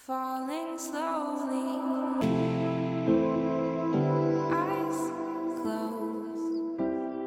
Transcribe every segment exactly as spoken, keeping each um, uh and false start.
Falling slowly, eyes closed.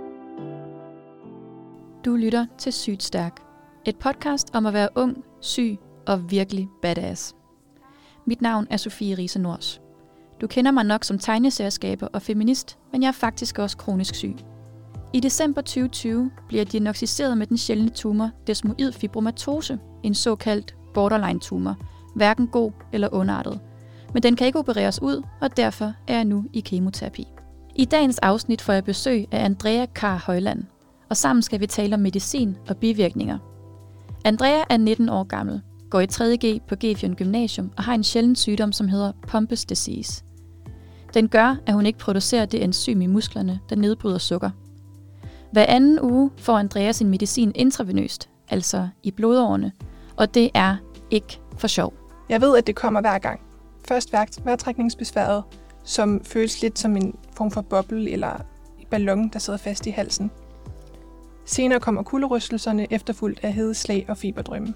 Du lytter til Sygt Stærk, et podcast om at være ung, syg og virkelig badass. Mit navn er Sofie Riise Nors. Du kender mig nok som tegneserieskaber og feminist, men jeg er faktisk også kronisk syg. I december tyve tyve bliver jeg diagnosticeret med den sjældne tumor desmoid fibromatose, en såkaldt borderline-tumor, hverken god eller ondartet. Men den kan ikke opereres ud, og derfor er jeg nu i kemoterapi. I dagens afsnit får jeg besøg af Andrea Kar Højland, og sammen skal vi tale om medicin og bivirkninger. Andrea er nitten år gammel, går i tredje G på Gefion Gymnasium og har en sjælden sygdom, som hedder Pompe's disease. Den gør, at hun ikke producerer det enzym i musklerne, der nedbryder sukker. Hver anden uge får Andrea sin medicin intravenøst, altså i blodårene, og det er ikke for sjov. Jeg ved, at det kommer hver gang. Først vejrtrækningsbesværet, som føles lidt som en form for boble eller ballon, der sidder fast i halsen. Senere kommer kulderystelserne efterfulgt af hedeslag og feberdrømme.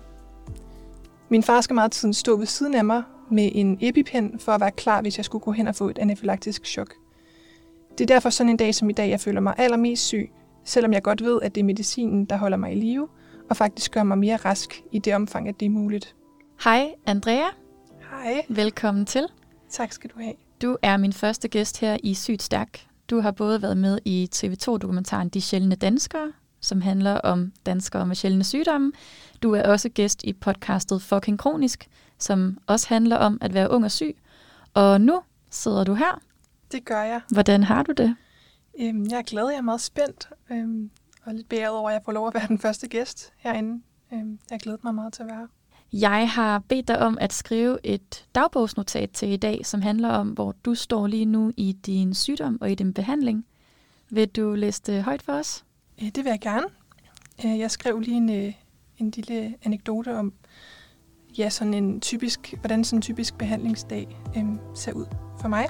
Min far skal meget tiden stå ved siden af mig med en EpiPen for at være klar, hvis jeg skulle gå hen og få et anafylaktisk chok. Det er derfor sådan en dag som i dag, jeg føler mig allermest syg, selvom jeg godt ved, at det er medicinen, der holder mig i live, og faktisk gør mig mere rask i det omfang, at det er muligt. Hej Andrea. Hej. Velkommen til. Tak skal du have. Du er min første gæst her i Sygt Stærk. Du har både været med i T V to-dokumentaren De Sjældne Danskere, som handler om danskere med sjældne sygdomme. Du er også gæst i podcastet Fucking Kronisk, som også handler om at være ung og syg. Og nu sidder du her. Det gør jeg. Hvordan har du det? Øhm, jeg er glad, jeg er meget spændt, øhm, og lidt beæret over, at jeg får lov at være den første gæst herinde. Øhm, jeg glæder mig meget til at være her. Jeg har bedt dig om at skrive et dagbogsnotat til i dag, som handler om, hvor du står lige nu i din sygdom og i din behandling. Vil du læse det højt for os? Det vil jeg gerne. Jeg skrev lige en, en lille anekdote om, ja, sådan en typisk, hvordan sådan en typisk behandlingsdag øhm, ser ud for mig.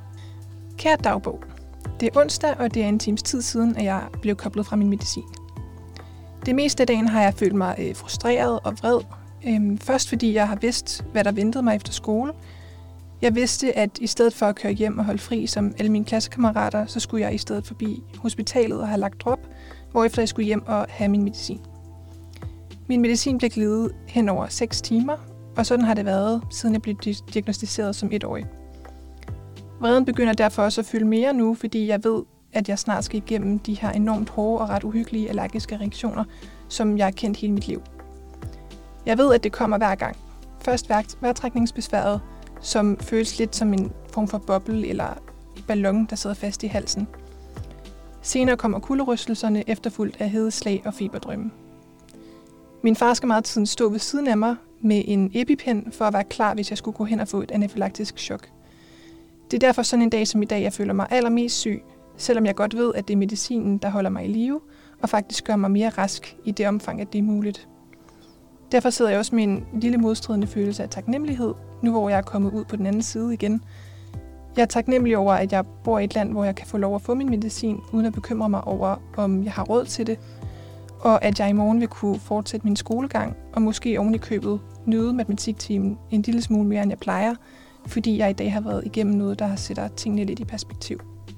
Kære dagbog. Det er onsdag, og det er en times tid siden, at jeg blev koblet fra min medicin. Det meste af dagen har jeg følt mig øh, frustreret og vred. Øhm, først fordi jeg har vidst, hvad der ventede mig efter skole. Jeg vidste, at i stedet for at køre hjem og holde fri som alle mine klassekammerater, så skulle jeg i stedet forbi hospitalet og have lagt drop, hvorefter jeg skulle hjem og have min medicin. Min medicin blev givet hen over seks timer, og sådan har det været, siden jeg blev diagnosticeret som etårig. Vreden begynder derfor også at fylde mere nu, fordi jeg ved, at jeg snart skal igennem de her enormt hårde og ret uhyggelige allergiske reaktioner, som jeg har kendt hele mit liv. Jeg ved, at det kommer hver gang. Først vejrtrækningsbesværet, som føles lidt som en form for boble eller ballon, der sidder fast i halsen. Senere kommer kulderystelserne efterfulgt af hedeslag og feberdrømme. Min far skal meget tiden stå ved siden af mig med en EpiPen for at være klar, hvis jeg skulle gå hen og få et anafylaktisk chok. Det er derfor sådan en dag som i dag, jeg føler mig allermest syg, selvom jeg godt ved, at det er medicinen, der holder mig i live, og faktisk gør mig mere rask i det omfang, at det er muligt. Derfor sidder jeg også med en lille modstridende følelse af taknemmelighed, nu hvor jeg er kommet ud på den anden side igen. Jeg er taknemmelig over, at jeg bor i et land, hvor jeg kan få lov at få min medicin, uden at bekymre mig over, om jeg har råd til det, og at jeg i morgen vil kunne fortsætte min skolegang, og måske oven i købet nyde matematiktimen en lille smule mere, end jeg plejer, fordi jeg i dag har været igennem noget, der sætter tingene lidt i perspektiv.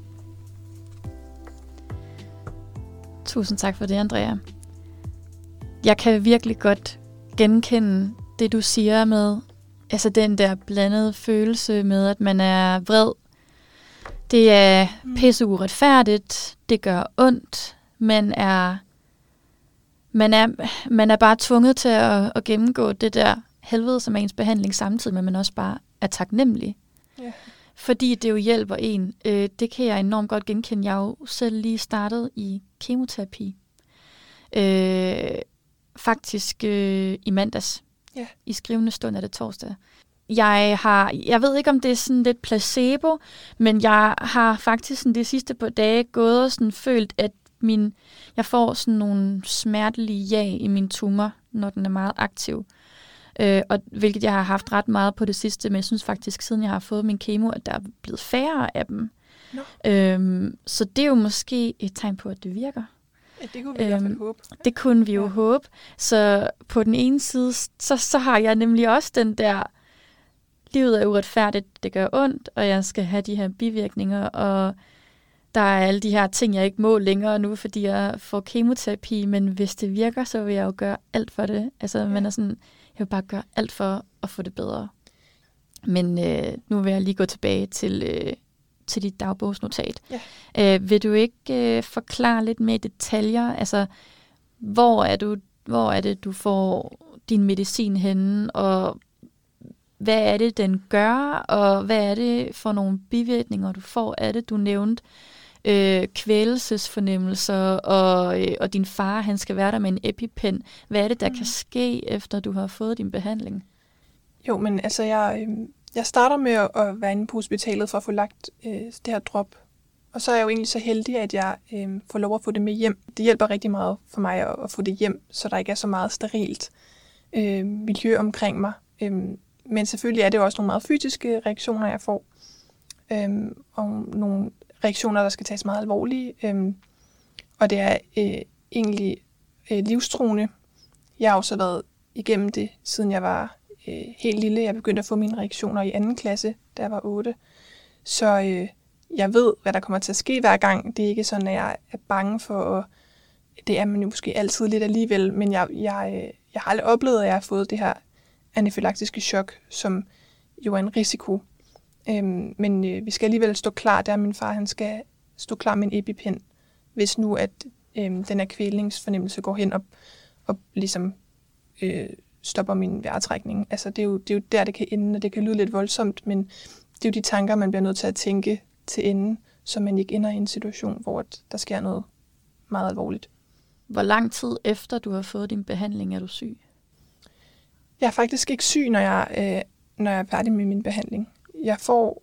Tusind tak for det, Andrea. Jeg kan virkelig godt genkende det, du siger med, altså den der blandede følelse med, at man er vred. Det er pisse uretfærdigt, det gør ondt, man er, man er, man er bare tvunget til at, at gennemgå det der helvede, som er ens behandling, samtidig med, at man også bare er taknemmelig. Yeah. Fordi det jo hjælper en. Øh, det kan jeg enormt godt genkende. Jeg har jo selv lige startet i kemoterapi. Øh, faktisk øh, i mandags. Yeah. I skrivende stund er det torsdag. Jeg har, jeg ved ikke, om det er sådan lidt placebo, men jeg har faktisk sådan de sidste par dage gået og sådan følt, at min, jeg får sådan nogle smertelige jag i min tumor, når den er meget aktiv. Øh, og hvilket jeg har haft ret meget på det sidste, men jeg synes faktisk, siden jeg har fået min kemo, at der er blevet færre af dem. No. Øhm, så det er jo måske et tegn på, at det virker. Ja, det kunne vi øhm, i hvert fald håbe. Det kunne vi jo ja. håbe. Så på den ene side, så, så har jeg nemlig også den der livet er uretfærdigt, det gør ondt, og jeg skal have de her bivirkninger, og der er alle de her ting, jeg ikke må længere nu, fordi jeg får kemoterapi, men hvis det virker, så vil jeg jo gøre alt for det. Altså, ja. Man er sådan, jeg vil bare gøre alt for at få det bedre. Men øh, nu vil jeg lige gå tilbage til, øh, til dit dagbogsnotat. Ja. Øh, vil du ikke øh, forklare lidt mere i detaljer? Altså, hvor er, du, hvor er det, du får din medicin henne, og hvad er det, den gør, og hvad er det for nogle bivirkninger, du får af det? Du nævnte øh, kvælelsesfornemmelser, og, øh, og din far, han skal være der med en EpiPen. Hvad er det, der mm. kan ske, efter du har fået din behandling? Jo, men altså, jeg, øh, jeg starter med at, at være inde på hospitalet for at få lagt øh, det her drop. Og så er jeg jo egentlig så heldig, at jeg øh, får lov at få det med hjem. Det hjælper rigtig meget for mig at, at få det hjem, så der ikke er så meget sterilt øh, miljø omkring mig. Øh, men selvfølgelig er det jo også nogle meget fysiske reaktioner, jeg får. Øh, og nogle reaktioner, der skal tages meget alvorlige. Øh, og det er øh, egentlig øh, livstruende. Jeg har også været igennem det, siden jeg var øh, helt lille. Jeg begyndte at få mine reaktioner i anden klasse, da jeg var otte. Så øh, jeg ved, hvad der kommer til at ske hver gang. Det er ikke sådan, at jeg er bange for, at det er man jo måske altid lidt alligevel, men jeg, jeg, jeg har aldrig oplevet, at jeg har fået det her anafylaktiske chok, som jo er en risiko. Øhm, men øh, vi skal alligevel stå klar, der min far han skal stå klar med en EpiPen, hvis nu at øh, den her kvælningsfornemmelse går hen og, og ligesom øh, stopper min vejrtrækning. Altså det er, jo, det er jo der, det kan ende, og det kan lyde lidt voldsomt, men det er jo de tanker, man bliver nødt til at tænke til ende, så man ikke ender i en situation, hvor der sker noget meget alvorligt. Hvor lang tid efter du har fået din behandling, er du syg? Jeg er faktisk ikke syg, når jeg, øh, når jeg er færdig med min behandling. Jeg får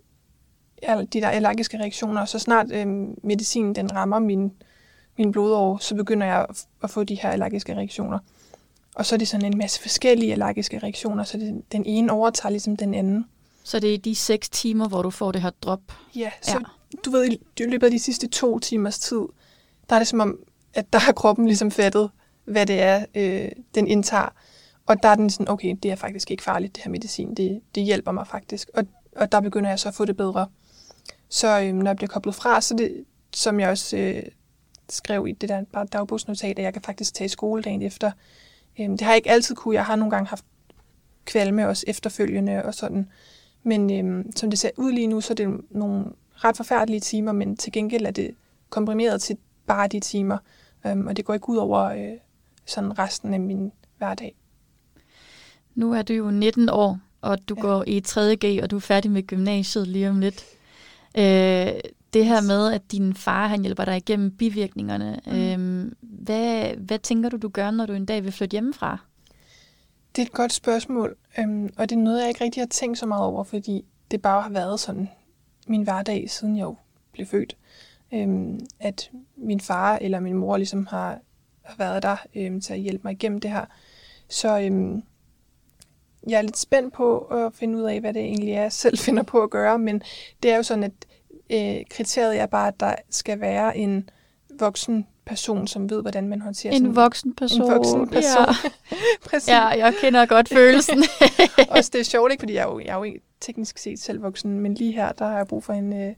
de der allergiske reaktioner, så snart øh, medicinen den rammer min, min blodår, så begynder jeg at, at få de her allergiske reaktioner. Og så er det sådan en masse forskellige allergiske reaktioner, så det, den ene overtager ligesom den anden. Så det er de seks timer, hvor du får det her drop? Ja, så ja. Du ved, i løbet af de sidste to timers tid, der er det som om, at der har kroppen ligesom fattet, hvad det er, øh, den indtager. Og der er den sådan, okay, det er faktisk ikke farligt, det her medicin. Det, det hjælper mig faktisk. Og, og der begynder jeg så at få det bedre. Så øh, når jeg bliver koblet fra, så det, som jeg også øh, skrev i det der bare dagbogsnotat, at jeg kan faktisk tage skoledagen efter. Øh, det har jeg ikke altid kunne. Jeg har nogle gange haft kvalme også efterfølgende og sådan. Men øh, som det ser ud lige nu, så er det nogle ret forfærdelige timer, men til gengæld er det komprimeret til bare de timer. Øh, og det går ikke ud over øh, sådan resten af min hverdag. Nu er du jo nitten år, og du ja. går i tredje G, og du er færdig med gymnasiet lige om lidt. Øh, det her med, at din far han hjælper dig igennem bivirkningerne. Mm. Øh, hvad, hvad tænker du, du gør, når du en dag vil flytte hjemmefra? Det er et godt spørgsmål, øhm, og det er noget, jeg ikke rigtig har tænkt så meget over, fordi det bare har været sådan min hverdag, siden jeg jo blev født. Øhm, at min far eller min mor ligesom har, har været der øhm, til at hjælpe mig igennem det her. Så øhm, jeg er lidt spændt på at finde ud af, hvad det egentlig er, jeg selv finder på at gøre, men det er jo sådan, at øh, kriteriet er bare, at der skal være en voksen person, som ved, hvordan man håndterer en voksen person. En voksen person. Ja. Præcis. Ja, jeg kender godt følelsen. Også det er sjovt, ikke? Fordi jeg er, jo, jeg er jo ikke teknisk set selv voksen, men lige her, der har jeg brug for en, øh,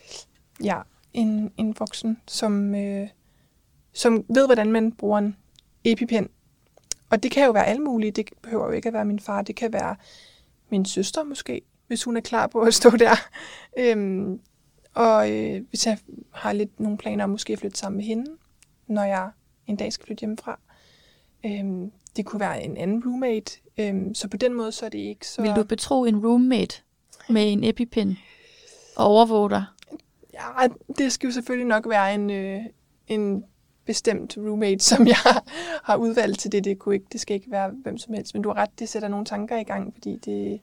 ja, en, en voksen, som, øh, som ved, hvordan man bruger en EpiPen. Og det kan jo være alle mulige. Det behøver jo ikke at være min far. Det kan være min søster måske, hvis hun er klar på at stå der. øhm, og øh, hvis jeg har lidt nogle planer om måske at flytte sammen med hende, når jeg en dag skal flytte hjemmefra. Øhm, det kunne være en anden roommate. Øhm, så på den måde, så er det ikke så... Vil du betro en roommate med en EpiPen og overvåge dig? Ja, det skal jo selvfølgelig nok være en, øh, en bestemt roommate, som jeg har udvalgt til det. Det, kunne ikke, det skal ikke være hvem som helst. Men du har ret, det sætter nogle tanker i gang, fordi det,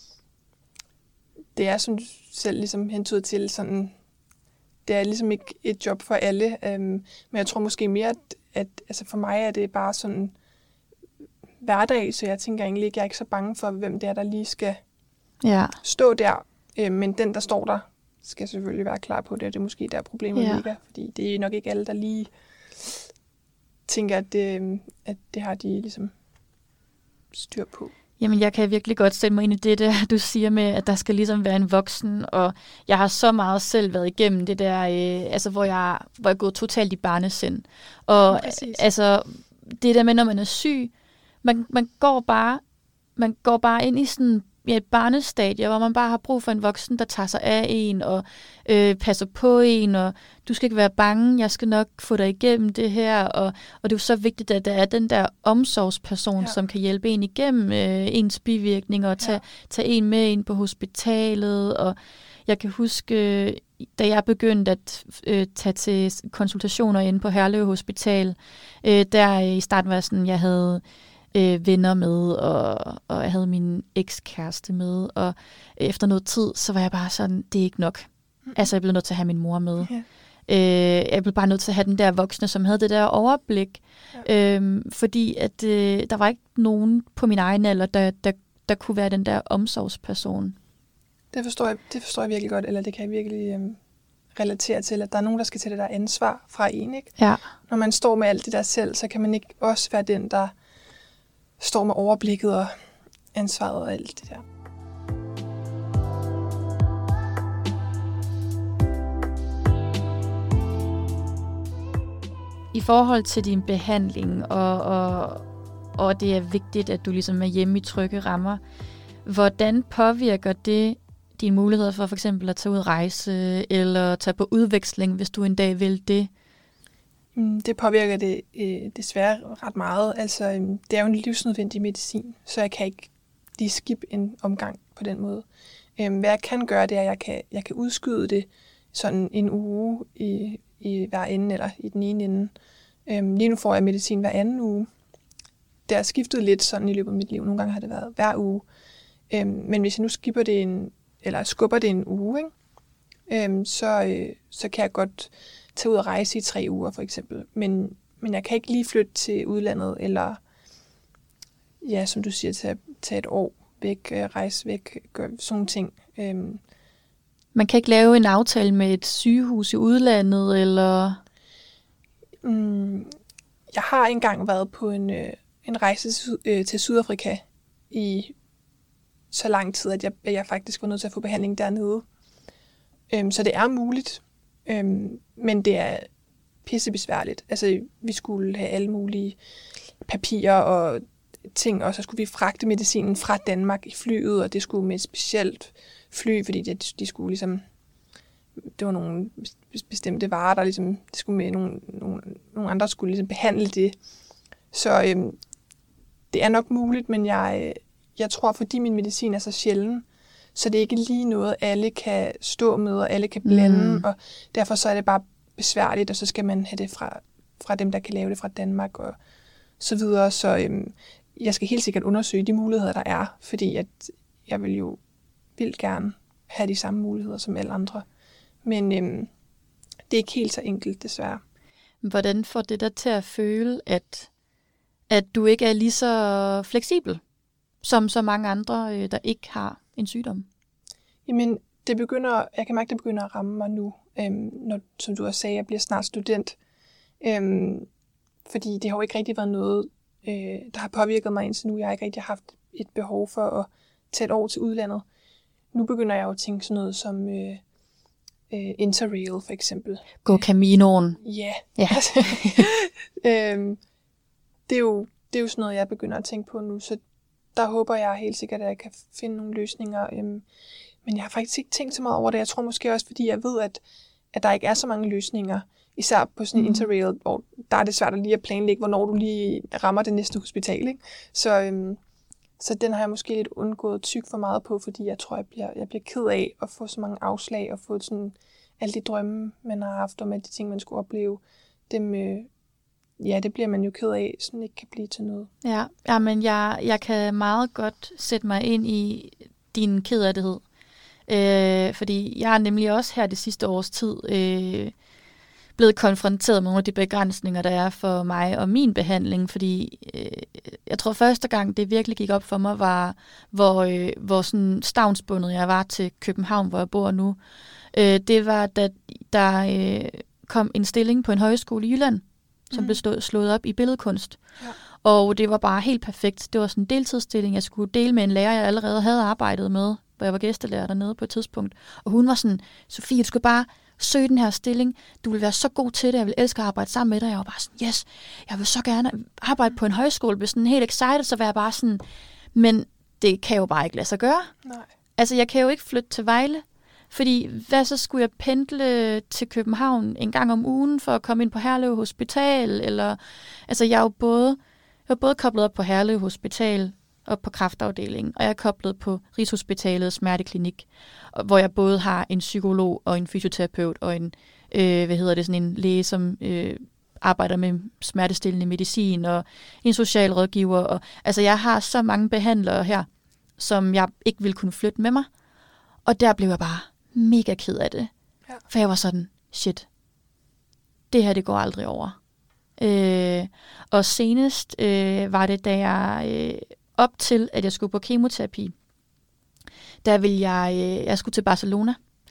det er, som du selv ligesom hentyder til, sådan... Det er ligesom ikke et job for alle, øhm, men jeg tror måske mere, at, at altså for mig er det bare sådan hverdag, så jeg tænker egentlig ikke, jeg er ikke så bange for, hvem det er, der lige skal ja. stå der. Øhm, men den, der står der, skal selvfølgelig være klar på det, og det er måske der problemet ja. ligger, fordi det er nok ikke alle, der lige tænker, at det, at det har de ligesom styr på. Jamen, jeg kan virkelig godt sætte mig ind i det der, du siger med, at der skal ligesom være en voksen, og jeg har så meget selv været igennem det der, øh, altså hvor jeg, hvor jeg er gået totalt i barnesind. Og Ja, altså, det der med, når man er syg, man, man går bare, man går bare ind i sådan ja, et barnestadie, hvor man bare har brug for en voksen, der tager sig af en og øh, passer på en, og du skal ikke være bange, jeg skal nok få dig igennem det her, og, og det er jo så vigtigt, at der er den der omsorgsperson, ja. som kan hjælpe en igennem øh, ens bivirkninger, og tage, ja. tage en med ind på hospitalet, og jeg kan huske, øh, da jeg begyndte at øh, tage til konsultationer inde på Herlev Hospital, øh, der i starten var jeg sådan, jeg havde øh, venner med, og, og jeg havde min ekskæreste med, og efter noget tid, så var jeg bare sådan, det er ikke nok. Mm. Altså, jeg blev nødt til at have min mor med. Yeah. Øh, jeg blev bare nødt til at have den der voksne, som havde det der overblik, yeah. øh, fordi at øh, der var ikke nogen på min egen alder, der, der, der kunne være den der omsorgsperson. Det forstår jeg, det forstår jeg virkelig godt, eller det kan jeg virkelig øhm, relatere til, at der er nogen, der skal tage det der ansvar fra en, ikke? Ja. Når man står med alt det der selv, så kan man ikke også være den, der står med overblikket og ansvaret og alt det der. I forhold til din behandling, og, og, og det er vigtigt, at du ligesom er hjemme i trygge rammer, hvordan påvirker det dine muligheder for for eksempel at tage ud at rejse, eller tage på udveksling, hvis du en dag vil det? Det påvirker det øh, desværre ret meget. Altså, øh, det er jo en livsnødvendig medicin, så jeg kan ikke lige skippe en omgang på den måde. Øh, hvad jeg kan gøre, det er, at jeg kan, jeg kan udskyde det sådan en uge i, i hver ende, eller i den ene ende. Øh, lige nu får jeg medicin hver anden uge. Det har skiftet lidt sådan i løbet af mit liv. Nogle gange har det været hver uge. Øh, men hvis jeg nu skipper det en, eller skubber det en uge, ikke? Øh, så, øh, så kan jeg godt tage ud og rejse i tre uger, for eksempel. Men, men jeg kan ikke lige flytte til udlandet, eller, ja, som du siger, tage, tage et år væk, rejse væk, gøre sådan nogle ting. Øhm. Man kan ikke lave en aftale med et sygehus i udlandet, eller? Mm, jeg har engang været på en, en rejse til Sydafrika i så lang tid, at jeg, jeg faktisk var nødt til at få behandling dernede. Øhm, så det er muligt. Øhm, men det er pissebesværligt. Altså, vi skulle have alle mulige papirer og ting, og så skulle vi fragte medicinen fra Danmark i flyet, og det skulle med et specielt fly, fordi de, de skulle ligesom, det var nogle bestemte varer, der ligesom, det skulle med nogle, nogle, nogle andre skulle ligesom behandle det. Så øhm, det er nok muligt, men jeg, jeg tror, fordi min medicin er så sjælden, så det er ikke lige noget, alle kan stå med, og alle kan blande, mm. og derfor så er det bare besværligt, og så skal man have det fra, fra dem, der kan lave det fra Danmark, og så videre. Så øhm, jeg skal helt sikkert undersøge de muligheder, der er, fordi at jeg vil jo vildt gerne have de samme muligheder som alle andre. Men øhm, det er ikke helt så enkelt, desværre. Hvordan får det dig til at føle, at, at du ikke er lige så fleksibel, som så mange andre, der ikke har en sygdom? Jamen, det begynder, jeg kan mærke, at det begynder at ramme mig nu, øhm, når, som du også sagde, jeg bliver snart student. Øhm, fordi det har jo ikke rigtig været noget, øh, der har påvirket mig indtil nu. Jeg har ikke rigtig haft et behov for at tage et år til udlandet. Nu begynder jeg jo at tænke sådan noget som øh, øh, Interrail for eksempel. Gå Caminoen. Ja. Ja. øhm, det, er jo, det er jo sådan noget, jeg begynder at tænke på nu, så der håber jeg helt sikkert, at jeg kan finde nogle løsninger. Øhm, men jeg har faktisk ikke tænkt så meget over det. Jeg tror måske også, fordi jeg ved, at, at der ikke er så mange løsninger. Især på sådan en mm. Interrail, hvor der er det svært at lige at planlægge, hvornår du lige rammer det næste hospital. Ikke? Så, øhm, så den har jeg måske lidt undgået tyk for meget på, fordi jeg tror, jeg bliver, jeg bliver ked af at få så mange afslag og få sådan alle de drømme, man har haft om alle de ting, man skulle opleve. Dem, øh, ja, det bliver man jo ked af, så den ikke kan blive til noget. Ja, ja men jeg, jeg kan meget godt sætte mig ind i din kederlighed. Øh, fordi jeg er nemlig også her det sidste års tid øh, blevet konfronteret med nogle af de begrænsninger, der er for mig og min behandling. Fordi øh, jeg tror første gang, det virkelig gik op for mig, var, hvor, øh, hvor sådan stavnsbundet jeg var til København, hvor jeg bor nu. Øh, det var, da der øh, kom en stilling på en højskole i Jylland, som mm. blev slået, slået op i billedkunst. Ja. Og det var bare helt perfekt. Det var sådan en deltidsstilling, jeg skulle dele med en lærer, jeg allerede havde arbejdet med, hvor jeg var gæstelærer dernede på et tidspunkt. Og hun var sådan, Sofie, du skal bare søge den her stilling. Du vil være så god til det. Jeg vil elske at arbejde sammen med dig. Jeg var bare sådan, yes, jeg vil så gerne arbejde på en højskole. Blev sådan helt excited, så var jeg bare sådan, men det kan jo bare ikke lade sig gøre. Nej. Altså, jeg kan jo ikke flytte til Vejle. Fordi hvad så skulle jeg pendle til København en gang om ugen for at komme ind på Herlev Hospital? Eller, altså, jeg er jo både, jeg er både koblet op på Herlev Hospital og på kræftafdelingen, og jeg er koblet på Rigshospitalets smerteklinik, hvor jeg både har en psykolog og en fysioterapeut og en, øh, hvad hedder det, sådan en læge, som øh, arbejder med smertestillende medicin, og en socialrådgiver. Og, altså, jeg har så mange behandlere her, som jeg ikke ville kunne flytte med mig. Og der blev jeg bare mega ked af det. Ja. For jeg var sådan, shit, det her, det går aldrig over. Øh, og senest øh, var det, da jeg øh, op til, at jeg skulle på kemoterapi, der ville jeg, øh, jeg skulle til Barcelona.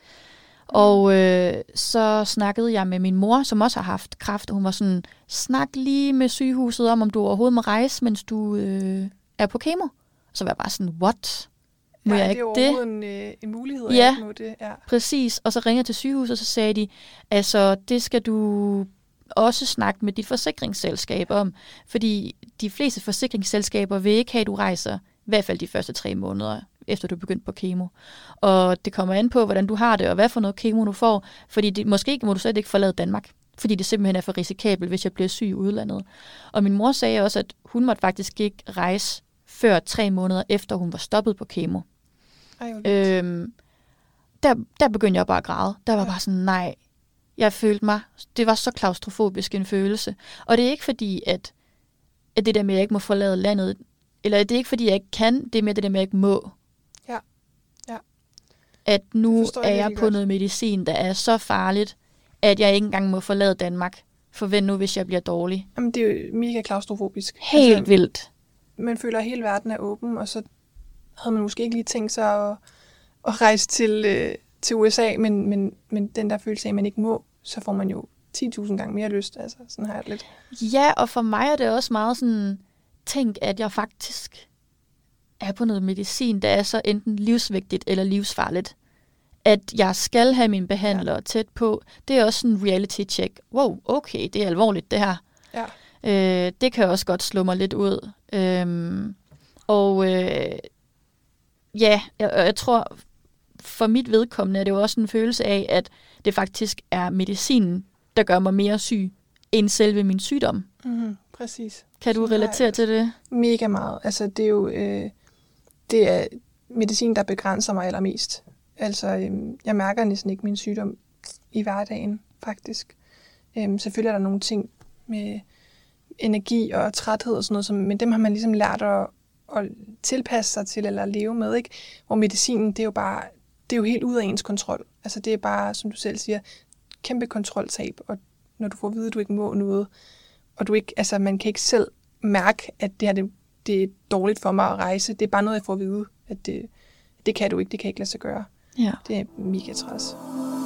Og øh, så snakkede jeg med min mor, som også har haft kræft, og hun var sådan, snak lige med sygehuset om, om du overhovedet må rejse, mens du øh, er på kemo. Så var jeg bare sådan, what? Må ja, jeg det ikke er jo det? overhovedet en, øh, en mulighed, Ja. at ikke må det. Ja, Præcis. Og så ringede jeg til sygehuset, og så sagde de, altså, det skal du også snakke med dit forsikringsselskab om, fordi de fleste forsikringsselskaber vil ikke have, at du rejser, i hvert fald de første tre måneder, efter du er begyndt på kemo. Og det kommer an på, hvordan du har det, og hvad for noget kemo du får, fordi det, måske må du slet ikke forlade Danmark, fordi det simpelthen er for risikabelt, hvis jeg bliver syg i udlandet. Og min mor sagde også, at hun måtte faktisk ikke rejse før tre måneder efter, hun var stoppet på kemo. Ej, hvor vildt. Øhm, der, der begyndte jeg bare at græde. Der var Ja. bare sådan, nej, jeg følte mig, det var så klaustrofobisk en følelse. Og det er ikke fordi, at, at det der med, at jeg ikke må forlade landet, eller det er ikke fordi, jeg ikke kan, det er mere det der med, at jeg ikke må. Ja. Ja. At nu Det forstår jeg er jeg virkelig på godt. noget medicin, der er så farligt, at jeg ikke engang må forlade Danmark. Forvent nu, hvis jeg bliver dårlig. Jamen, det er jo mega klaustrofobisk. Helt Altså, vildt. man føler, at hele verden er åben, og så havde man måske ikke lige tænkt sig at, at rejse til, øh, til U S A, men, men, men den der følelse af, at man ikke må, så får man jo ti tusind gange mere lyst. Altså, sådan har jeg det lidt. Ja, og for mig er det også meget sådan, tænk, at jeg faktisk er på noget medicin, der er så enten livsvigtigt eller livsfarligt. At jeg skal have mine behandlere ja. tæt på, det er også sådan en reality check. Wow, okay, det er alvorligt det her. Ja. Øh, det kan også godt slå mig lidt ud. Øhm, og øh, ja, jeg, jeg tror, for mit vedkommende er det jo også en følelse af, at det faktisk er medicinen, der gør mig mere syg, end selve min sygdom. Mm-hmm, præcis. Kan du Sådan har relatere jeg til det? Mega meget. Altså, det er jo øh, det er medicin, der begrænser mig allermest. Altså, øh, jeg mærker næsten ikke min sygdom i hverdagen, faktisk. Øh, selvfølgelig er der nogle ting med energi og træthed og sådan noget, som, men dem har man ligesom lært at, at tilpasse sig til eller leve med, ikke? Hvor medicinen, det er jo bare, det er jo helt ud af ens kontrol. Altså, det er bare, som du selv siger, kæmpe kontroltab, og når du får at vide, at du ikke må noget, og du ikke, altså, man kan ikke selv mærke, at det her, det, det er dårligt for mig at rejse. Det er bare noget, jeg får at vide, at det, det kan du ikke, det kan ikke lade sig gøre. Ja. Det er mega træls.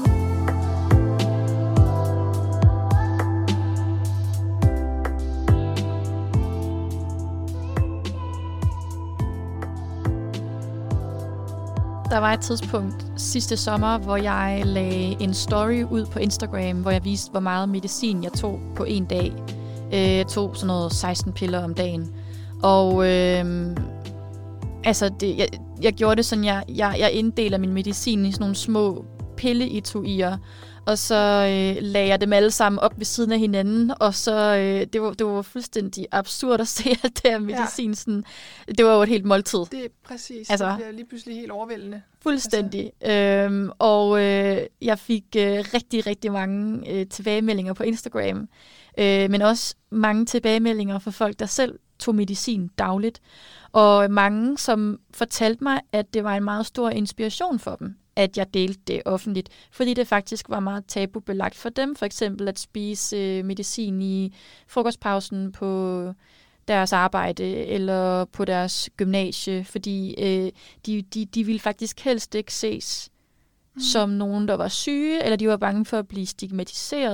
Der var et tidspunkt sidste sommer, hvor jeg lagde en story ud på Instagram, hvor jeg viste, hvor meget medicin jeg tog på en dag. Jeg tog sådan noget seksten piller om dagen. Og øh, altså, det, jeg, jeg gjorde det sådan, jeg, jeg, jeg inddeler min medicin i sådan nogle små pilleetuier, og så øh, lagde jeg dem alle sammen op ved siden af hinanden, og så, øh, det, var, det var fuldstændig absurd at se alt det her medicin. Ja. Sådan, det var jo et helt måltid. Det er præcis, altså, det bliver lige pludselig helt overvældende. Fuldstændig. Altså. Øhm, og øh, jeg fik øh, rigtig, rigtig mange øh, tilbagemeldinger på Instagram, øh, men også mange tilbagemeldinger fra folk, der selv tog medicin dagligt. Og mange, som fortalte mig, at det var en meget stor inspiration for dem, at jeg delte det offentligt, fordi det faktisk var meget tabubelagt for dem, for eksempel at spise øh, medicin i frokostpausen på deres arbejde eller på deres gymnasie, fordi øh, de, de, de ville faktisk helst ikke ses mm. som nogen, der var syge, eller de var bange for at blive stigmatiseret.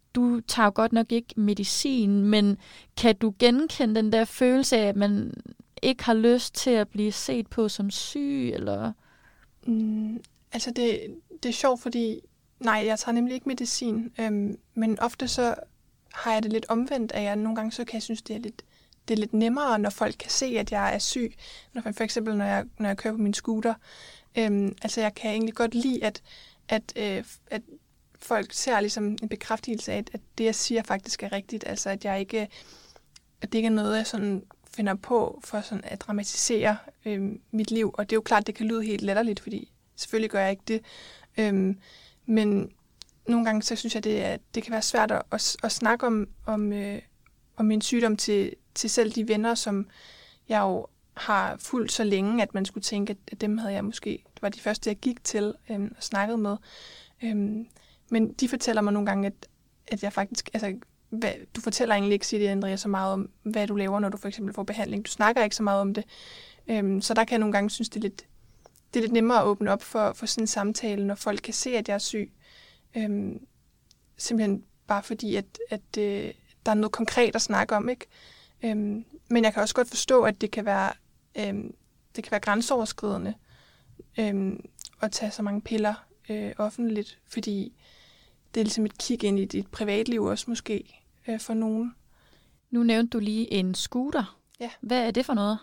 du tager godt nok ikke medicin, men kan du genkende den der følelse af, at man ikke har lyst til at blive set på som syg, eller? Mm, altså, det, det er sjovt, fordi nej, jeg tager nemlig ikke medicin, øhm, men ofte så har jeg det lidt omvendt, at jeg nogle gange så kan jeg synes, det er lidt, det er lidt nemmere, når folk kan se, at jeg er syg. Når, for eksempel, når jeg, når jeg kører på min scooter. Øhm, altså, jeg kan egentlig godt lide, at, at, øh, at folk ser ligesom en bekræftelse af, at det, jeg siger, faktisk er rigtigt. Altså, at jeg ikke, at det ikke er noget, jeg sådan finder på for sådan at dramatisere øh, mit liv. Og det er jo klart, det kan lyde helt latterligt, fordi selvfølgelig gør jeg ikke det. Øhm, men nogle gange så synes jeg, det, er, det kan være svært at, at, at snakke om, om, øh, om min sygdom til, til selv de venner, som jeg jo har fulgt så længe, at man skulle tænke, at dem havde jeg måske, det var de første, jeg gik til øh, og snakkede med. Øhm, men de fortæller mig nogle gange, at, at jeg faktisk, altså, hvad, du fortæller egentlig ikke, siger de, Andrea, så meget om, hvad du laver, når du for eksempel får behandling. Du snakker ikke så meget om det. Øhm, så der kan jeg nogle gange synes, det er lidt, det er lidt nemmere at åbne op for, for sådan en samtale, når folk kan se, at jeg er syg. Øhm, simpelthen bare fordi, at, at øh, der er noget konkret at snakke om, ikke? Øhm, men jeg kan også godt forstå, at det kan være, øhm, det kan være grænseoverskridende øhm, at tage så mange piller øh, offentligt, fordi det er ligesom et kig ind i dit privatliv også måske øh, for nogen. Nu nævnte du lige en scooter. Ja. Hvad er det for noget?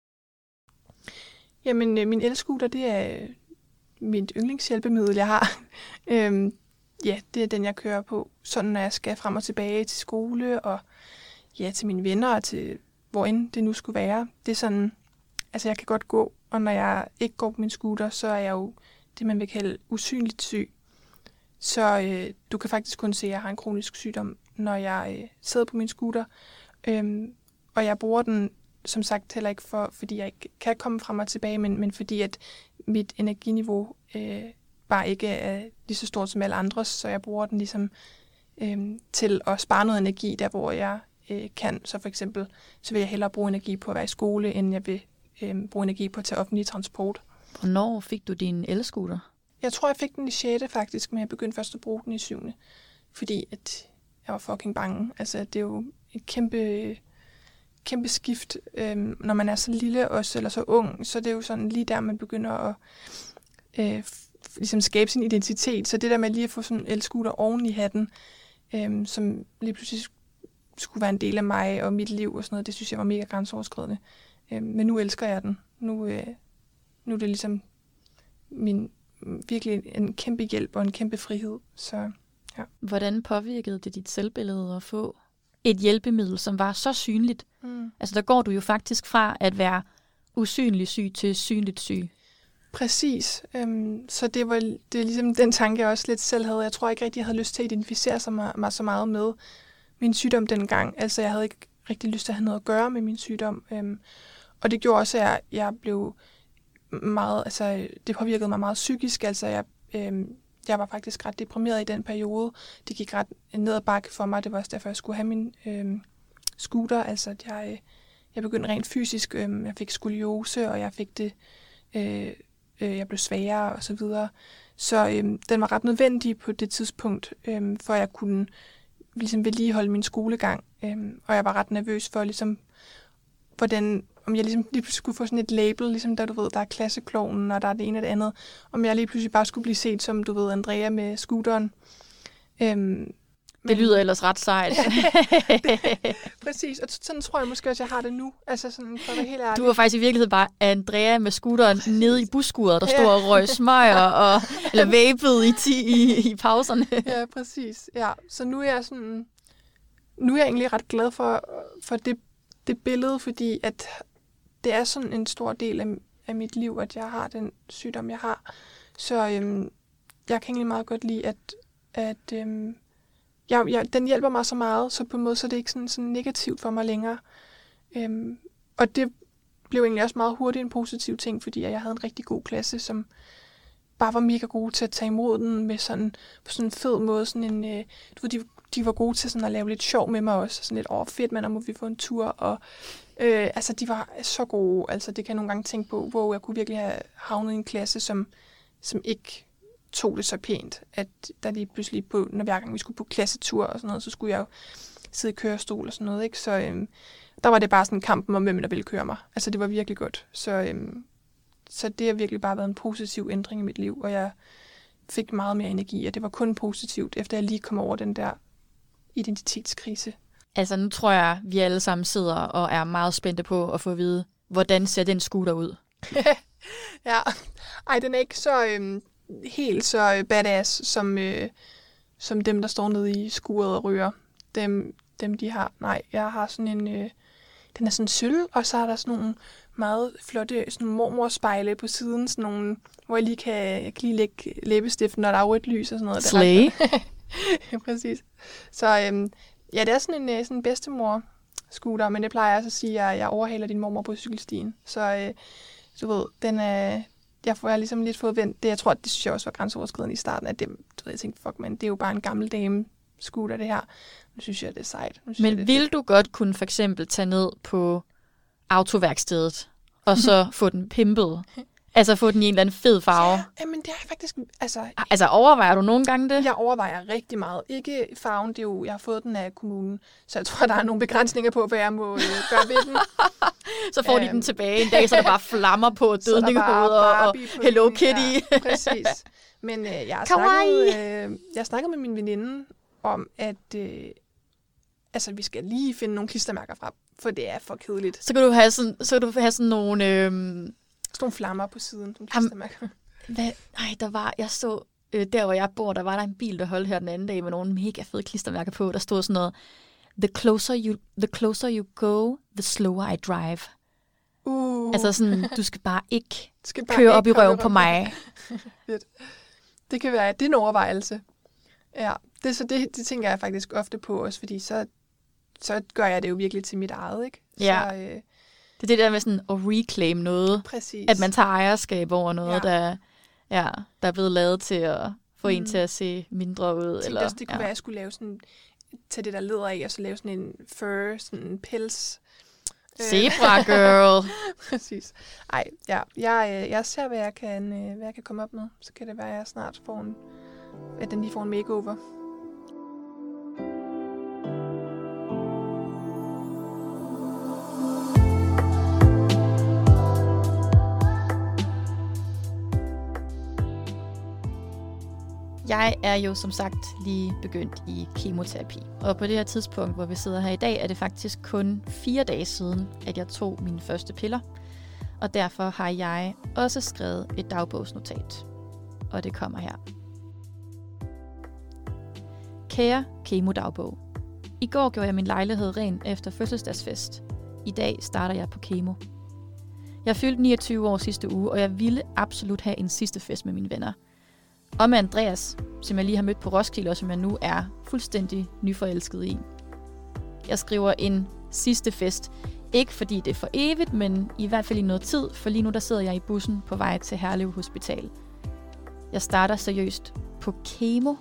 Jamen, øh, min elscooter, det er mit yndlingshjælpemiddel, jeg har. øhm, ja, det er den, jeg kører på, sådan når jeg skal frem og tilbage til skole, og ja, til mine venner, og til hvor end det nu skulle være. Det er sådan, altså jeg kan godt gå, og når jeg ikke går på min scooter, så er jeg jo det, man vil kalde usynligt syg. Så øh, du kan faktisk kun se, at jeg har en kronisk sygdom, når jeg øh, sidder på min scooter. Øhm, og jeg bruger den, som sagt, heller ikke for, fordi jeg ikke kan komme frem og tilbage, men, men fordi at mit energiniveau øh, bare ikke er lige så stort som alle andres, så jeg bruger den ligesom øh, til at spare noget energi, der hvor jeg øh, kan. Så for eksempel, så vil jeg hellere bruge energi på at være i skole, end jeg vil øh, bruge energi på at tage offentlig transport. Hvornår fik du din elscooter? Jeg tror, jeg fik den i sjette faktisk, men jeg begyndte først at bruge den i syvende fordi at jeg var fucking bange. Altså, det er jo et kæmpe, kæmpe skift, øhm, når man er så lille også, eller så ung, så det er jo sådan lige der, man begynder at øh, f- ligesom skabe sin identitet. Så det der med lige at få sådan en elscooter oven i hatten, øhm, som lige pludselig skulle være en del af mig og mit liv og sådan noget, det synes jeg var mega grænseoverskridende. Øhm, men nu elsker jeg den. Nu, øh, nu er det ligesom min virkelig en kæmpe hjælp og en kæmpe frihed. Så, ja. Hvordan påvirkede det dit selvbillede at få et hjælpemiddel, som var så synligt? Mm. Altså der går du jo faktisk fra at være usynlig syg til synligt syg. Præcis. Øhm, så det var det er ligesom den tanke, jeg også lidt selv havde. Jeg tror ikke rigtig, jeg havde lyst til at identificere sig mig, mig så meget med min sygdom dengang. Altså jeg havde ikke rigtig lyst til at have noget at gøre med min sygdom. Øhm, og det gjorde også, at jeg, jeg blev meget, altså det påvirkede mig meget psykisk. Altså jeg, øhm, jeg var faktisk ret deprimeret i den periode. Det gik ret ned ad bakke for mig. Det var også derfor, jeg skulle have min øhm, scooter. Altså at jeg, jeg begyndte rent fysisk. Øhm, jeg fik skoliose, og jeg fik det... Øh, øh, jeg blev svagere og så videre. Så øhm, den var ret nødvendig på det tidspunkt, øhm, for at jeg kunne ligesom vedligeholde min skolegang. Øhm, og jeg var ret nervøs for, ligesom, hvordan, om jeg ligesom lige pludselig skulle få sådan et label, ligesom der, du ved, der er klasseklovnen, og der er det ene og det andet. Om jeg lige pludselig bare skulle blive set som, du ved, Andrea med scooteren. Øhm, Det lyder ellers ret sejt. det, præcis, og sådan tror jeg måske også, jeg har det nu. Altså sådan, for at være helt ærlig. Du var faktisk i virkeligheden bare Andrea med scooteren nede i busskuret, der stod og røg smøger, og, eller vapede i, ti, i, i pauserne. Ja, præcis. Ja. Så nu er jeg sådan, nu er jeg egentlig ret glad for, for det, det billede, fordi at det er sådan en stor del af, af mit liv, at jeg har den sygdom, jeg har. Så øhm, jeg kan egentlig meget godt lide, at, at øhm, Jeg, jeg, den hjælper mig så meget, så på en måde så er det ikke sådan, sådan negativt for mig længere. Øhm, og det blev egentlig også meget hurtigt en positiv ting, fordi jeg havde en rigtig god klasse, som bare var mega gode til at tage imod den med sådan, på sådan en fed måde. Sådan en, øh, du ved, de, de var gode til sådan at lave lidt sjov med mig også. Sådan lidt, åh fedt, man, må vi få en tur. Og, øh, altså, de var så gode. Altså, det kan jeg nogle gange tænke på, hvor jeg kunne virkelig have havnet i en klasse, som, som ikke tog det så pænt, at der lige pludselig, på, når hver gang vi skulle på klassetur og sådan noget, så skulle jeg jo sidde i kørestol og sådan noget, ikke? Så øhm, der var det bare sådan kampen om, hvem der ville køre mig. Altså, det var virkelig godt. Så, øhm, så det har virkelig bare været en positiv ændring i mit liv, og jeg fik meget mere energi, og det var kun positivt, efter jeg lige kom over den der identitetskrise. Altså, nu tror jeg, vi alle sammen sidder og er meget spændte på at få at vide, hvordan ser den scooter ud? Ja, ej, den er ikke så øhm, helt så badass, som, øh, som dem, der står nede i skuret og ryger. Dem, dem, de har. Nej, jeg har sådan en... Øh, den er sådan sølv, og så er der sådan nogle meget flotte sådan mormorspejle på siden, sådan nogle, hvor jeg lige kan, jeg kan lige lægge læbestiften, når der er rødt lys og sådan noget. Slay. Ja, præcis. Så øhm, ja, det er sådan en, sådan en bedstemor-scooter, men det plejer jeg også at sige, at jeg overhaler din mormor på cykelstien. Så øh, du ved, den er... Jeg får jeg ligesom lidt fået vendt det. Jeg tror, det synes jeg også var grænseoverskridende i starten, at det, du ved, jeg tænkte, fuck man, det er jo bare en gammel dame scooter, det her. Nu synes jeg, det er sejt. Nu synes Men jeg, det er vil fedt. du godt kunne for eksempel tage ned på autoværkstedet, og så få den pimpet? Altså få den i en eller anden fed farve? Ja, jamen det er jeg faktisk... Altså, Altså overvejer du nogle gange det? jeg overvejer rigtig meget. Ikke farven, det er jo... Jeg har fået den af kommunen, så jeg tror, der er nogle begrænsninger på, hvad jeg må øh, gøre ved den. Så får de Øhm. den tilbage en dag, så der bare flammer på Så er der bare dødningehoveder og Barbie på Hello den. Kitty. Ja, præcis. Men øh, jeg har Kawaii. snakket, øh, jeg har snakket med min veninde om, at øh, altså, vi skal lige finde nogle klistermærker frem, for det er for kedeligt. Så kan du have sådan, så kan du have sådan nogle... Øhm, Sådan nogle flammer på siden, nogle Ham- klistermærker. hvad? Nej, der var... Jeg så... Øh, der, hvor jeg bor, der var der en bil, der holdt her den anden dag med nogle mega fede klistermærker på. Der stod sådan noget... The closer you, the closer you go, the slower I drive. Uh, Altså sådan, du skal bare ikke skal bare køre op i ikke røven komme på mig. Fedt. Det kan være, det er en overvejelse. Ja, det, så det, det tænker jeg faktisk ofte på også, fordi så, så gør jeg det jo virkelig til mit eget, ikke? Ja. Så, øh, Det er det der med sådan at reclaim noget. præcis. At man tager ejerskab over noget, Ja. der, ja, der er blevet lavet til at få mm. en Mm. til at se mindre ud. Jeg Eller, også, det kunne ja. være, at jeg skulle lave sådan, tage det der læder af, og så lave sådan en fur, sådan en pels. Øh, Zebra girl. Præcis. Ej, ja. Jeg, øh, jeg ser, hvad jeg, kan, øh, hvad jeg kan komme op med. Så kan det være, at jeg snart får en, at den lige får en makeover. Jeg er jo som sagt lige begyndt i kemoterapi. Og på det her tidspunkt, hvor vi sidder her i dag, er det faktisk kun fire dage siden, at jeg tog mine første piller. Og derfor har jeg også skrevet et dagbogsnotat. Og det kommer her. Kære kemodagbog. I går gjorde jeg min lejlighed ren efter fødselsdagsfest. I dag starter jeg på kemo. Jeg fyldte niogtyve år sidste uge, og jeg ville absolut have en sidste fest med mine venner. Og med Andreas, som jeg lige har mødt på Roskilde, og som jeg nu er fuldstændig nyforelsket i. Jeg skriver en sidste fest. Ikke fordi det er for evigt, men i hvert fald i noget tid, for lige nu der sidder jeg i bussen på vej til Herlev Hospital. Jeg starter seriøst på kemo.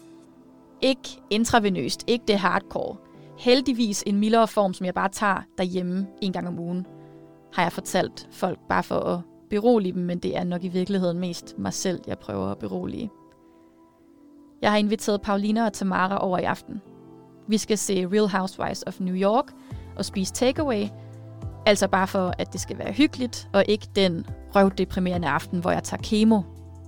Ikke intravenøst, ikke det hardcore. Heldigvis en mildere form, som jeg bare tager derhjemme en gang om ugen, har jeg fortalt folk bare for at berolige dem, men det er nok i virkeligheden mest mig selv, jeg prøver at berolige. Jeg har inviteret Paulina og Tamara over i aften. Vi skal se Real Housewives of New York og spise takeaway, altså bare for, at det skal være hyggeligt, og ikke den røvdeprimerende aften, hvor jeg tager kemo.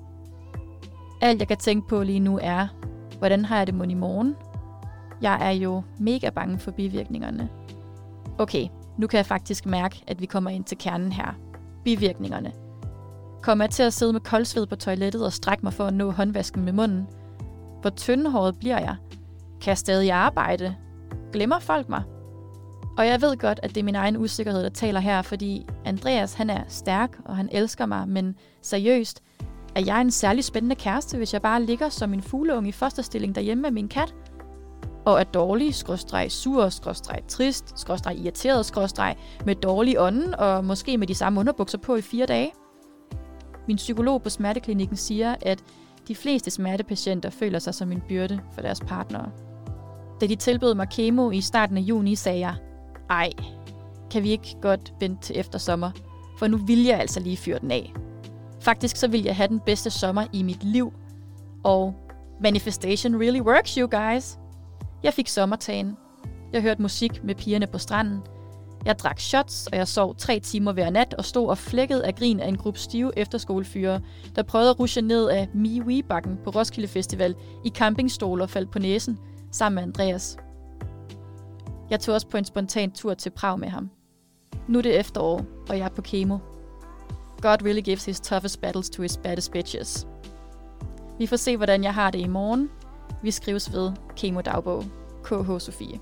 Alt jeg kan tænke på lige nu er, hvordan har jeg det mon i morgen? Jeg er jo mega bange for bivirkningerne. Okay, nu kan jeg faktisk mærke, at vi kommer ind til kernen her. Bivirkningerne. Kommer jeg til at sidde med koldsved på toilettet og strække mig for at nå håndvasken med munden? Hvor tyndehåret bliver jeg? Kan jeg stadig arbejde? Glemmer folk mig? Og jeg ved godt, at det er min egen usikkerhed, der taler her, fordi Andreas, han er stærk, og han elsker mig, men seriøst, er jeg en særlig spændende kæreste, hvis jeg bare ligger som en fugleunge i fosterstilling derhjemme med min kat? Og er dårlig, skråstreg sur, skråstreg trist, skråstreg irriteret, skråstreg med dårlig ånden, og måske med de samme underbukser på i fire dage? Min psykolog på smerteklinikken siger, at de fleste smertepatienter føler sig som en byrde for deres partnere. Da de tilbød mig kemo i starten af juni, sagde jeg, ej, kan vi ikke godt vente til efter sommer, for nu vil jeg altså lige fyre den af. Faktisk så vil jeg have den bedste sommer i mit liv, Og manifestation really works, you guys. Jeg fik sommertagen. Jeg hørte musik med pigerne på stranden. Jeg drak shots, og jeg sov tre timer hver nat og stod og flækkede af grin af en gruppe stive efterskolefyre, der prøvede at rushe ned af Mi-Wee-bakken på Roskilde Festival i campingstol og faldt på næsen sammen med Andreas. Jeg tog også på en spontan tur til Prag med ham. Nu er det efterår, og jeg er på kemo. God really gives his toughest battles to his baddest bitches. Vi får se, hvordan jeg har det i morgen. Vi skrives ved Kemo-dagbog. K H Sofie.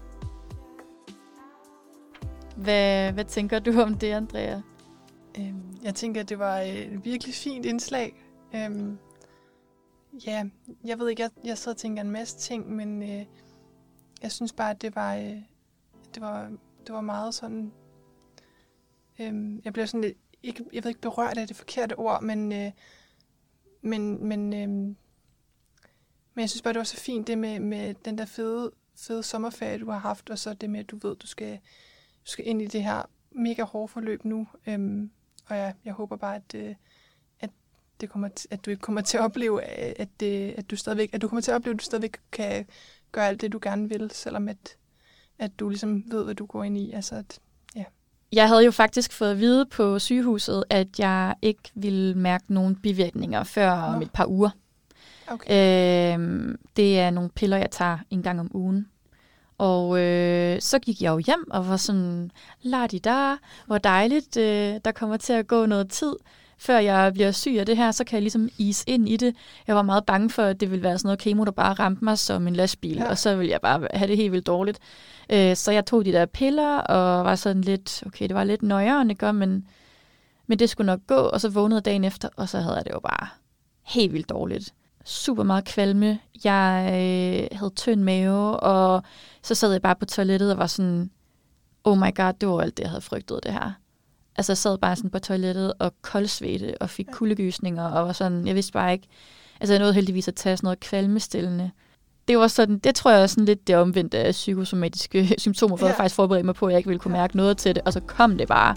Hvad, hvad tænker du om det, Andrea? Øhm, jeg tænker, at det var et virkelig fint indslag. Øhm, ja, jeg ved ikke, jeg, jeg sidder og tænker en masse ting, men øh, jeg synes bare, at det var, øh, det var, det var meget sådan... Øh, jeg blev sådan lidt, ikke, jeg ved ikke, berørt af det forkerte ord, men, øh, men, men, øh, men jeg synes bare, det var så fint, det med, med den der fede, fede sommerferie, du har haft, og så det med, at du ved, du skal... Du skal ind i det her mega hårde forløb nu, øhm, og jeg, jeg håber bare, at, øh, at, det kommer t- at du ikke kommer til at opleve, at, det, at, du stadigvæk, at du kommer til at opleve, at du stadigvæk kan gøre alt det, du gerne vil, selvom at, at du ligesom ved, hvad du går ind i. Altså, at, ja. Jeg havde jo faktisk fået at vide på sygehuset, at jeg ikke ville mærke nogen bivirkninger før Nå. om et par uger. Okay. Øhm, det er nogle piller, jeg tager en gang om ugen. Og øh, så gik jeg jo hjem og var sådan, la di da, hvor dejligt, øh, der kommer til at gå noget tid, før jeg bliver syg af det her, så kan jeg ligesom ise ind i det. Jeg var meget bange for, at det ville være sådan noget kemo, der bare ramte mig som en lastbil, ja. Og så ville jeg bare have det helt vildt dårligt. Øh, så jeg tog de der piller og var sådan lidt, okay, det var lidt nøjere, ikke? Men, men det skulle nok gå, og så vågnede jeg dagen efter, og så havde jeg det jo bare helt vildt dårligt. Super meget kvalme. Jeg øh, havde tynd mave, og så sad jeg bare på toilettet og var sådan, oh my god, det var alt det, jeg havde frygtet, det her. Altså jeg sad bare sådan på toilettet og koldsvedte og fik kuldegysninger, og var sådan, jeg vidste bare ikke, altså jeg nåede heldigvis at tage sådan noget kvalmestillende. Det var sådan, det tror jeg er sådan lidt det omvendte af psykosomatiske symptomer, for ja. Jeg faktisk forberedte mig på, at jeg ikke ville kunne mærke noget til det, og så kom det bare.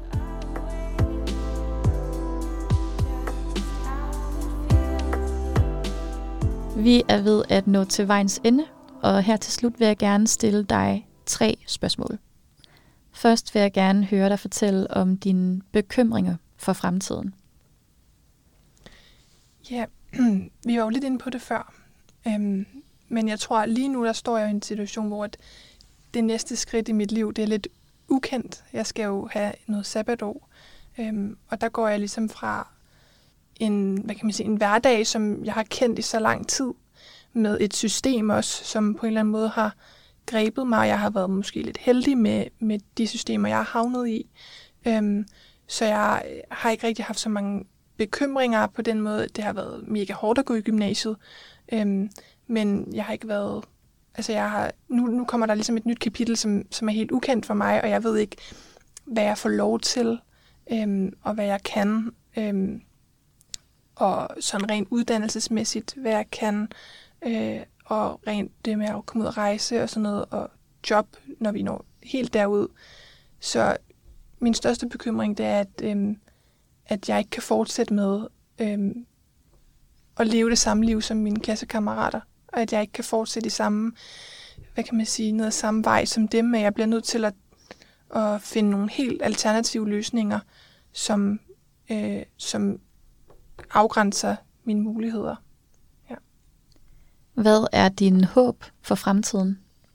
Vi er ved at nå til vejens ende, og her til slut vil jeg gerne stille dig tre spørgsmål. Først vil jeg gerne høre dig fortælle om dine bekymringer for fremtiden. Ja, vi var jo lidt inde på det før, øhm, men jeg tror, at lige nu der står jeg i en situation, hvor det næste skridt i mit liv, det er lidt ukendt. Jeg skal jo have noget sabbatår, øhm, og der går jeg ligesom fra en, hvad kan man sige, en hverdag, som jeg har kendt i så lang tid, med et system også, som på en eller anden måde har grebet mig, og jeg har været måske lidt heldig med, med de systemer, jeg har havnet i. Øhm, så jeg har ikke rigtig haft så mange bekymringer på den måde. Det har været mega hårdt at gå i gymnasiet, øhm, men jeg har ikke været... Altså jeg har, nu, nu kommer der ligesom et nyt kapitel, som, som er helt ukendt for mig, og jeg ved ikke, hvad jeg får lov til, øhm, og hvad jeg kan, øhm, og sådan rent uddannelsesmæssigt, hvad jeg kan, øh, og rent det med at komme ud og rejse og sådan noget, og job, når vi når helt derud. Så min største bekymring, det er, at, øhm, at jeg ikke kan fortsætte med øhm, at leve det samme liv som mine klassekammerater, og at jeg ikke kan fortsætte i samme, hvad kan man sige, noget samme vej som dem, men jeg bliver nødt til at, at finde nogle helt alternative løsninger, som, øh, som afgrænser mine muligheder. Ja. Hvad er din håb for fremtiden?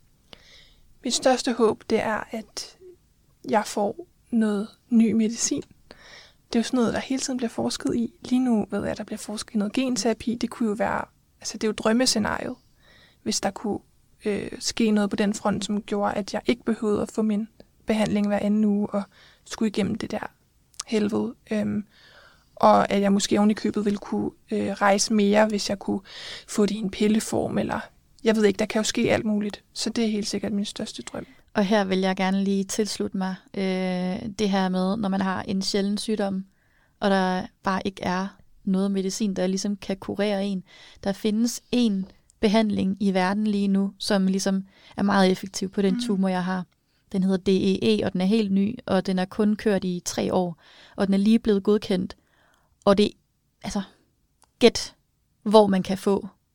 Mit største håb, det er, at jeg får noget ny medicin. Det er jo sådan noget, der hele tiden bliver forsket i. Lige nu ved jeg, at der bliver forsket i noget genterapi. Det kunne jo være, altså det er jo drømmescenariet, hvis der kunne øh, ske noget på den front, som gjorde, at jeg ikke behøvede at få min behandling hver anden uge og skulle igennem det der helvede. Øhm, og at jeg måske oven i købet ville kunne øh, rejse mere, hvis jeg kunne få det i en pilleform, eller jeg ved ikke, der kan jo ske alt muligt. Så det er helt sikkert min største drøm. Og her vil jeg gerne lige tilslutte mig øh, det her med, når man har en sjælden sygdom, og der bare ikke er noget medicin, der ligesom kan kurere en. Der findes en behandling i verden lige nu, som ligesom er meget effektiv på den mm. tumor, jeg har. Den hedder D E E, og den er helt ny, og den er kun kørt i tre år, og den er lige blevet godkendt. Og det, altså, gæt, hvor man kan få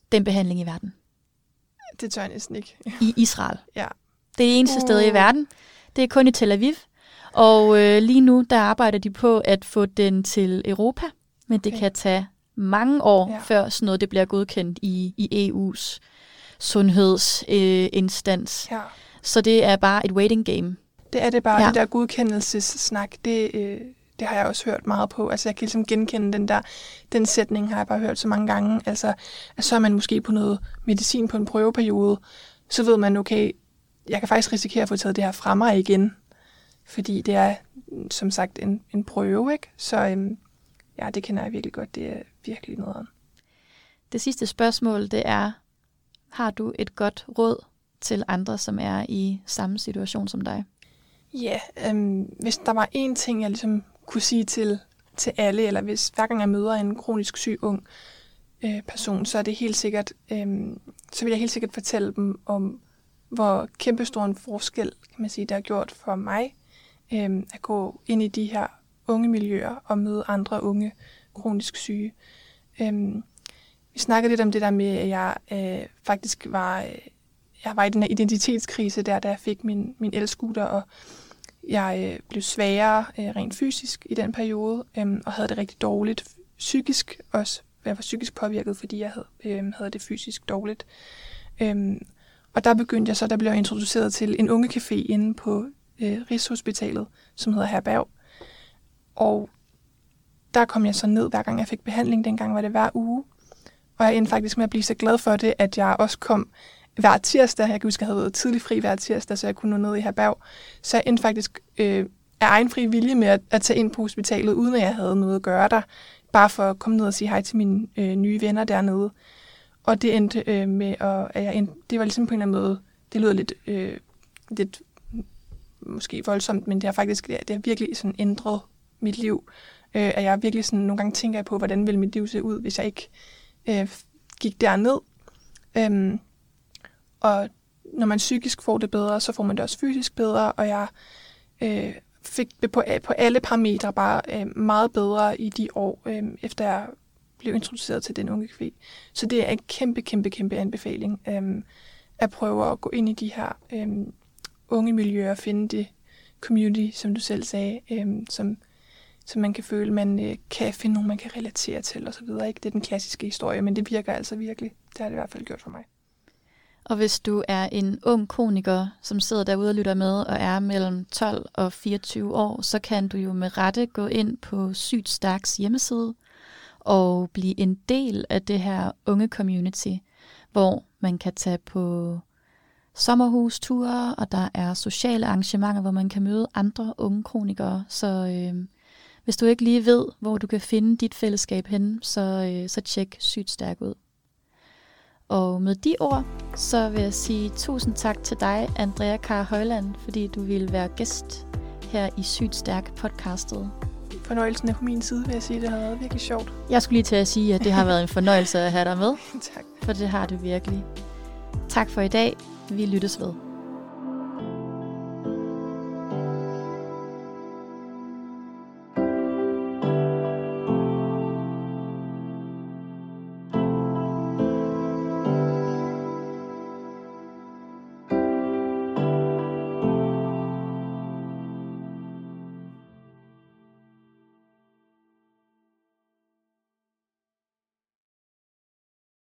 den behandling i verden. Det tør jeg næsten ikke. I Israel. Ja. Det eneste uh. sted i verden. Det er kun i Tel Aviv. Og øh, lige nu, der arbejder de på at få den til Europa. Men det okay. kan tage mange år, ja. før sådan noget det bliver godkendt i, i E U's sundhedsinstans. Øh, ja. Så det er bare et waiting game. Det er det bare, ja. Det der godkendelsessnak, det, øh, det har jeg også hørt meget på. Altså jeg kan ligesom genkende den der, den sætning har jeg bare hørt så mange gange. Altså, at så er man måske på noget medicin på en prøveperiode, så ved man, okay, jeg kan faktisk risikere at få taget det her fra mig igen. Fordi det er, som sagt, en, en prøve, ikke? Så øhm, ja, det kender jeg virkelig godt. Det er virkelig noget. Det sidste spørgsmål, det er, har du et godt råd til andre, som er i samme situation som dig? Ja, øhm, hvis der var én ting, jeg ligesom kunne sige til, til alle, eller hvis hver gang jeg møder en kronisk syg ung øh, person, så er det helt sikkert, øhm, så vil jeg helt sikkert fortælle dem om, hvor kæmpestor en forskel, kan man sige, det har gjort for mig, øhm, at gå ind i de her unge miljøer og møde andre unge kronisk syge. Øhm, vi snakkede lidt om det der med, at jeg øh, faktisk var, øh, jeg var i den her identitetskrise der, da jeg fik min, min elscooter, og jeg øh, blev svagere øh, rent fysisk i den periode, øh, og havde det rigtig dårligt psykisk også. Jeg var psykisk påvirket, fordi jeg havde, øh, havde det fysisk dårligt. Øh, og der begyndte jeg så, der blev jeg introduceret til en ungecafé inde på øh, Rigshospitalet, som hedder Herberg. Og der kom jeg så ned, hver gang jeg fik behandling. Dengang var det hver uge. Og jeg endte faktisk med at blive så glad for det, at jeg også kom hver tirsdag. Jeg kan huske, at jeg havde været tidlig fri hver tirsdag, så jeg kunne nå ned i Herberg. Så jeg endte faktisk øh, af egen fri vilje med at, at tage ind på hospitalet, uden at jeg havde noget at gøre der. Bare for at komme ned og sige hej til mine øh, nye venner dernede. Og det endte øh, med, at, at jeg endte, det var ligesom på en eller anden måde, det lyder lidt, øh, lidt måske voldsomt, men det har faktisk det har virkelig sådan ændret mit liv. Øh, at jeg virkelig sådan, nogle gange tænker jeg på, hvordan ville mit liv se ud, hvis jeg ikke øh, gik derned. Øhm, og når man psykisk får det bedre, så får man det også fysisk bedre, og jeg øh, fik det på, på alle parametre bare øh, meget bedre i de år, øh, efter jeg blev introduceret til den unge café. Så det er en kæmpe, kæmpe, kæmpe anbefaling øh, at prøve at gå ind i de her øh, unge miljøer og finde det community, som du selv sagde, øh, som, som man kan føle, man øh, kan finde nogen, man kan relatere til osv. Ikke? Det er den klassiske historie, men det virker altså virkelig. Det har det i hvert fald gjort for mig. Og hvis du er en ung kroniker, som sidder derude og lytter med, og er mellem tolv og fireogtyve år, så kan du jo med rette gå ind på Sygt Stærks hjemmeside og blive en del af det her unge community, hvor man kan tage på sommerhusture, og der er sociale arrangementer, hvor man kan møde andre unge kronikere. Så øh, hvis du ikke lige ved, hvor du kan finde dit fællesskab henne, så, øh, så tjek Sygt Stærk ud. Og med de ord, så vil jeg sige tusind tak til dig, Andrea Kara Højland, fordi du ville være gæst her i Sygt Stærk podcastet. Fornøjelsen er på min side, vil jeg sige. Det har været virkelig sjovt. Jeg skulle lige til at sige, at det har været en fornøjelse at have dig med. Tak. For det har det virkelig. Tak for i dag. Vi lyttes ved.